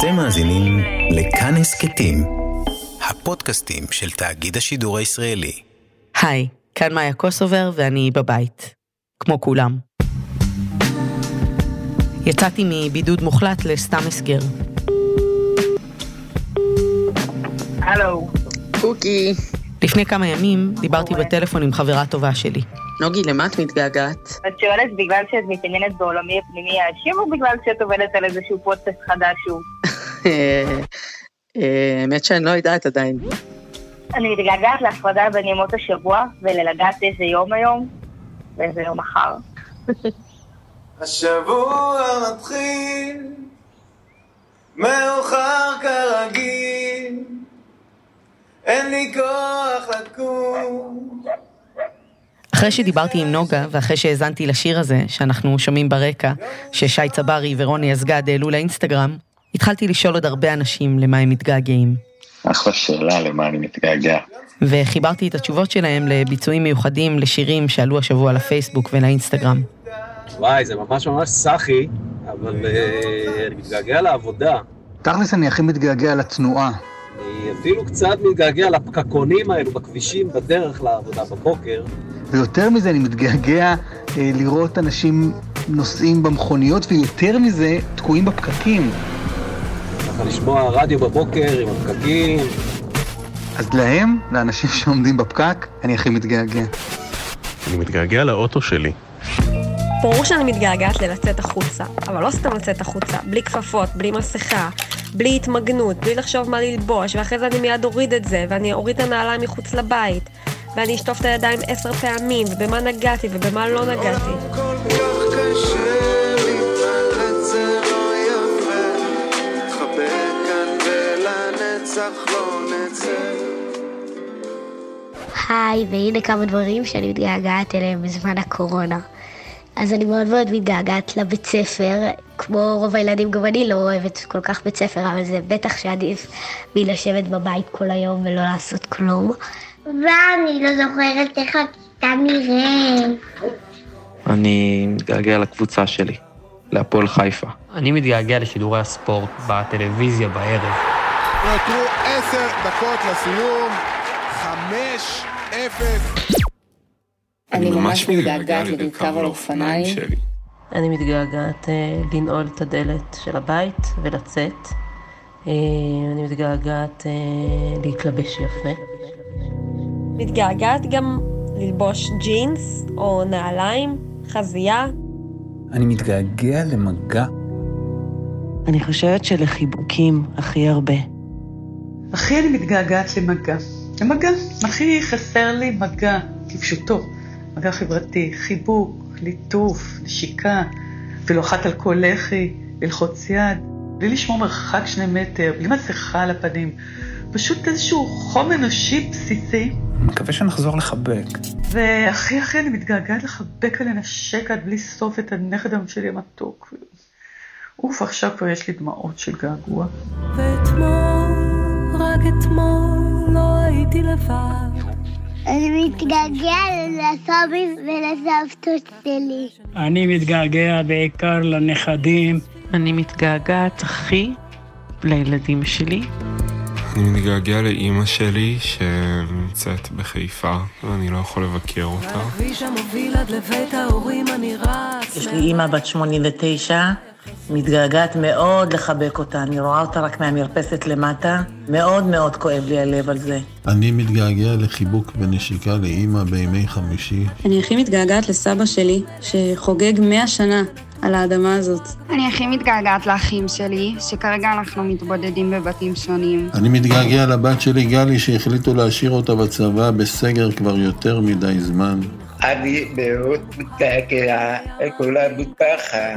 אתם מאזינים לכאן הסכתים, הפודקאסטים של תאגיד השידור הישראלי. היי, כאן מאיה קוסובר ואני בבית, כמו כולם. יצאתי מבידוד מוחלט לסתם הסגר. הלו. קוקי. לפני כמה ימים דיברתי בטלפון עם חברה טובה שלי. נוגי, למה את מתגעגעת? את שואלת בגלל שאת מתעניינת בעולמי הפנימי האשים, או בגלל שאת עובדת על איזשהו פודקאסט חדש שוב? האמת שאני לא יודעת עדיין. אני מתגעגעת להפרדה בין ימות השבוע, וללדעת איזה יום היום, ואיזה יום מחר. השבוע מתחיל, מאוחר כרגיל, אין לי כוח לקום. אחרי שדיברתי עם נוגה, ואחרי שהזנתי לשיר הזה, שאנחנו שומעים ברקע, ששי צברי ורוני אסגד העלו לאינסטגרם, התחלתי לשאול עוד הרבה אנשים למה הם מתגעגעים. אחלה שאלה למה אני מתגעגע. וחיברתי את התשובות שלהם לביצועים מיוחדים לשירים שעלו השבוע לפייסבוק ולאינסטגרם. וואי, זה ממש סחי, אבל אני מתגעגע לעבודה. תכלס אני הכי מתגעגע לתנועה. אני אפילו קצת מתגעגע לפקקונים האלו בכבישים בדרך לעבודה בבוקר. ויותר מזה אני מתגעגע לראות אנשים נוסעים במכוניות, ויותר מזה תקועים בפקקים. ככה לשמוע רדיו בבוקר עם הפקקים. אז להם, לאנשים שעומדים בפקק, אני הכי מתגעגע. אני מתגעגע לאוטו שלי. ברור שאני מתגעגעת ללצאת החוצה, אבל לא סתם לצאת החוצה, בלי כפפות, בלי מסכה, בלי התמגנות, בלי לחשוב מה ללבוש, ואחרי זה אני מיד אוריד את זה, ואני אוריד את הנעליים מחוץ לבית, ואני אשטוף את הידיים 10 פעמים, ובמה נגעתי ובמה לא נגעתי. כל כך קשה להתמלט, זה לא יפה, תחבק כאן ולנצח לא נצא. היי, והנה כמה דברים שאני מתגעגעת אליהם בזמן הקורונה. אז אני מאוד מאוד מתגעגעת לבית ספר, כמו רוב הילדים, גם אני לא אוהבת כל כך בית ספר, אבל זה בטח שעדיף מלשבת בבית כל היום ולא לעשות כלום. ואני לא זוכרת איך הכיתה נראה. אני מתגעגע לקבוצה שלי, להפועל חיפה. אני מתגעגע לשידורי הספורט בטלוויזיה בערב. נותרו 10 דקות לסיום, 5-0. אני ממש מתגעגעת לרכב על אופניים שלי. אני מתגעגעת לנעול את הדלת של הבית ולצאת. אני מתגעגעת להתלבש יפה. מתגעגעת גם ללבוש ג'ינס או נעליים, חזייה. אני מתגעגע למגע. אני חושבת שלחיבוקים הכי הרבה. הכי אני מתגעגעת למגע. למגע, הכי חסר לי מגע, כפשוטו. מגע חברתי, חיבוק, ליטוף, נשיקה, ולוחת על כל לחי, ללחוץ יד, בלי לשמור מרחק 2 מטר, בלי מסכה על הפנים. פשוט איזשהו חום אנושי בסיסי. אני מקווה שנחזור לחבק. והכי אני מתגעגעת לחבק על לנשק עד בלי סוף את הנכד שלי המתוק. אוף, עכשיו כבר יש לי דמעות של געגוע. ואתמול, רק אתמול, לא הייתי לבד. אני מתגעגע לסבים ולסבתות שלי. אני מתגעגע בעיקר לנכדים. אני מתגעגעת הכי לילדים שלי. אני מתגעגע לאמא שלי שנמצאת בחיפה ואני לא יכול לבקר אותה. יש לי אמא בת 89, מתגעגעת מאוד לחבק אותה, אני רואה אותה רק מהמרפסת למטה, מאוד מאוד כואב לי הלב על זה. אני מתגעגע לחיבוק ונשיקה לאמא בימי חמישי. אני הכי מתגעגעת לסבא שלי שחוגג 100 שנה על האדמה הזאת. אני הכי מתגעגעת לאחים שלי, שכרגע אנחנו מתבודדים בבתים שונים. אני מתגעגע לבת שלי גלי שהחליטו להשאיר אותה בצבא בסגר כבר יותר מדי זמן. אני מאוד מתגעגע לכל המטפחת.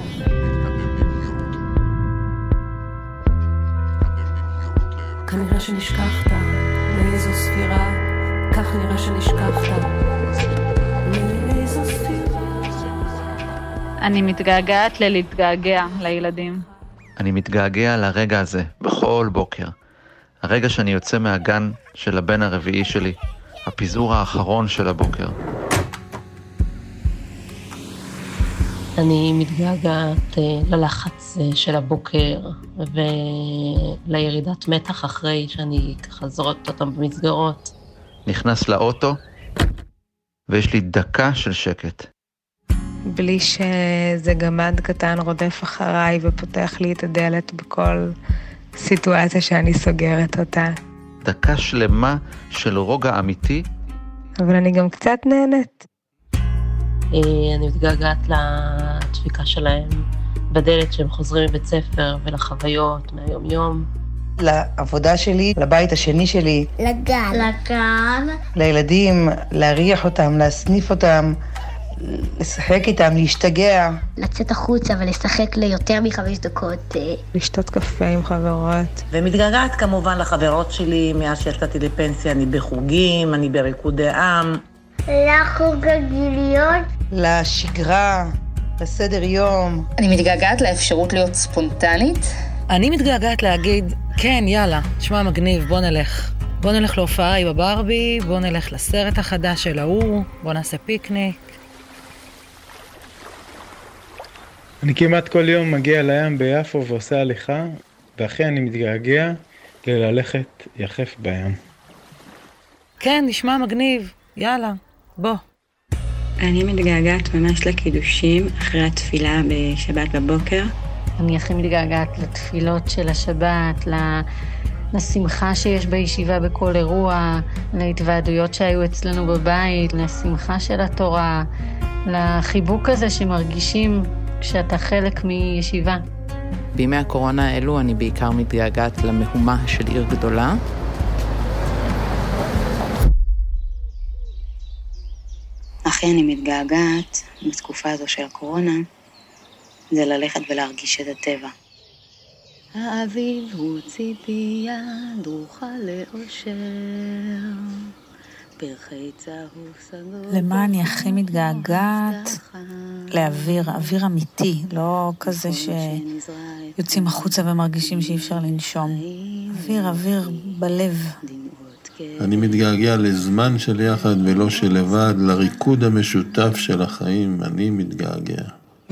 כנראה שנשכחת, מאיזו ספירה, כך נראה שנשכחת. מאיזו ספירה. אני מתגעגעת להתגעגע לילדים. אני מתגעגע לרגע הזה, בכל בוקר. הרגע שאני יוצא מהגן של הבן הרביעי שלי, הפיזור האחרון של הבוקר. אני מתגעגעת ללחץ של הבוקר ולירידת מתח אחרי שאני ככה זורקת אותם במסגרות. נכנס לאוטו ויש לי דקה של שקט. בלי שזה גמד קטן רודף אחריי ופותח לי את הדלת בכל סיטואציה שאני סוגרת אותה. דקה שלמה של רוגע אמיתי. אבל אני גם קצת נהנית. אני מתגעגעת לדפיקה שלהם בדלת שהם חוזרים מבית ספר ולחוויות מהיום-יום. לעבודה שלי, לבית השני שלי. לגן. לילדים, להריח אותם, להסניף אותם, לשחק איתם, להשתגע. לצאת החוצה ולשחק ליותר מ5 דקות. לשתות קפה עם חברות. ומתגעגעת כמובן לחברות שלי, מאז שיצאתי לפנסיה, אני בחוגים, אני בריקודי עם. לחוג הגיליות. לשגרה, לסדר יום. אני מתגעגעת לאפשרות להיות ספונטנית. אני מתגעגעת להגיד, כן, יאללה, תשמע מגניב, בוא נלך. בוא נלך להופעה עם הברבי, בוא נלך לסרט החדש של ההוא, בוא נעשה פיקניק. אני כמעט כל יום מגיע לים ביפו ועושה הליכה, ואחי אני מתגעגע ללכת יחף בים. כן, נשמע מגניב, יאללה, בוא. אני מתגעגעת ממש לקידושים אחרי התפילה בשבת בבוקר. אני הכי מתגעגעת לתפילות של השבת, לשמחה שיש בישיבה בכל אירוע, להתוועדויות שהיו אצלנו בבית, לשמחה של התורה, לחיבוק הזה שמרגישים כשאתה חלק מישיבה. בימי הקורונה האלו אני בעיקר מתגעגעת למהומה של עיר גדולה. הכי אני מתגעגעת בתקופה הזו של הקורונה, זה ללכת ולהרגיש את הטבע. האביב הוא ציפייה, דרוכה לאושר, פרחי צהוב סגור. למה אני הכי מתגעגעת? לאוויר, אוויר אמיתי, לא כזה שיוצאים החוצה ומרגישים שאי אפשר לנשום. אוויר בלב. אני מתגעגע לזמן של יחד ולא של לבד, לריקוד המשותף של החיים, אני מתגעגע.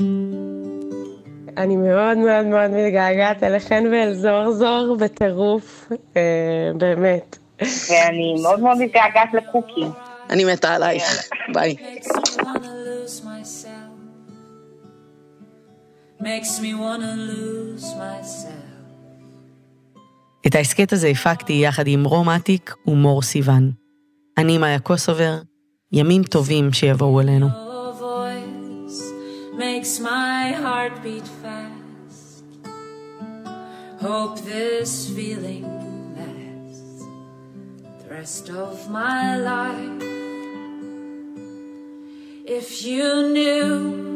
אני מאוד מאוד מאוד מתגעגעת אליכן ואל זור בטירוף, באמת. ואני מאוד מאוד מתגעגעת לקוקי. אני מתה עלייך, ביי. את ההסקט הזה הפקתי יחד עם רום עתיק ומור סיוון. אני מאיה קוסובר, ימים טובים שיבואו אלינו. Makes my heart beat fast. Hope this feeling lasts the rest of my life. If you knew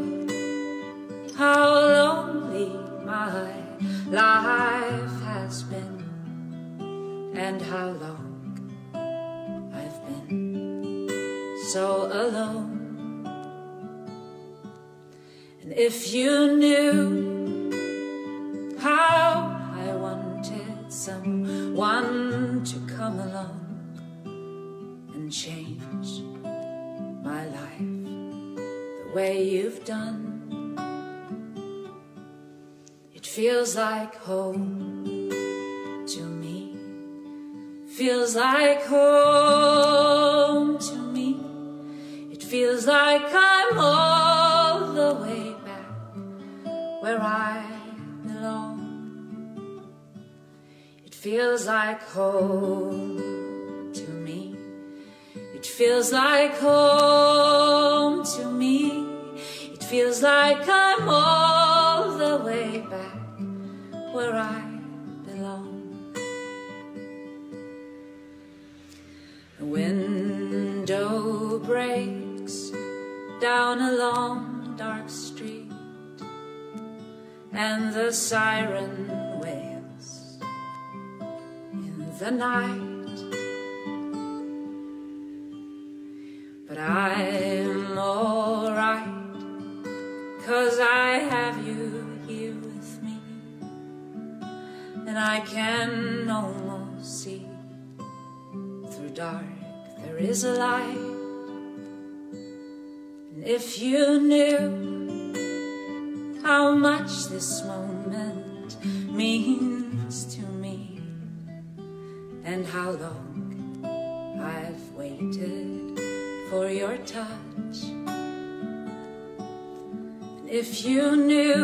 how lonely my life has been and how long I've been so alone. If you knew how I wanted someone to come along and change my life the way you've done, it feels like home to me, feels like home to me, it feels like I'm all the way where I belong. It feels like home to me. It feels like home to me. It feels like I'm all the way back where I belong. The window breaks down a long dark street, and the siren wails in the night. But I'm alright, 'cause I have you here with me, and I can almost see through dark there is a light. And if you knew how much this moment means to me, and how long I've waited for your touch. And if you knew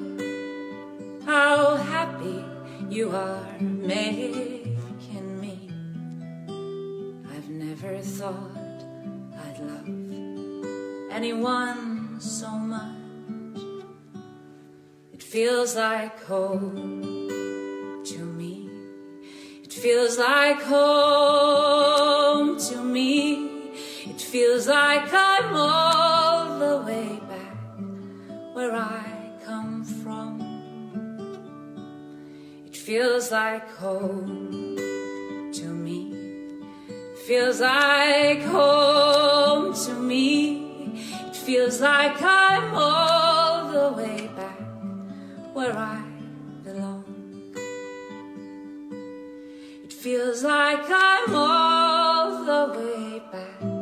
how happy you are making me, I've never thought I'd love anyone so much. It feels like home to me. It feels like home to me. It feels like I'm all the way back where I come from. It feels like home to me. It feels like home to me. It feels like I'm all the way back where I belong. It feels like I'm all the way back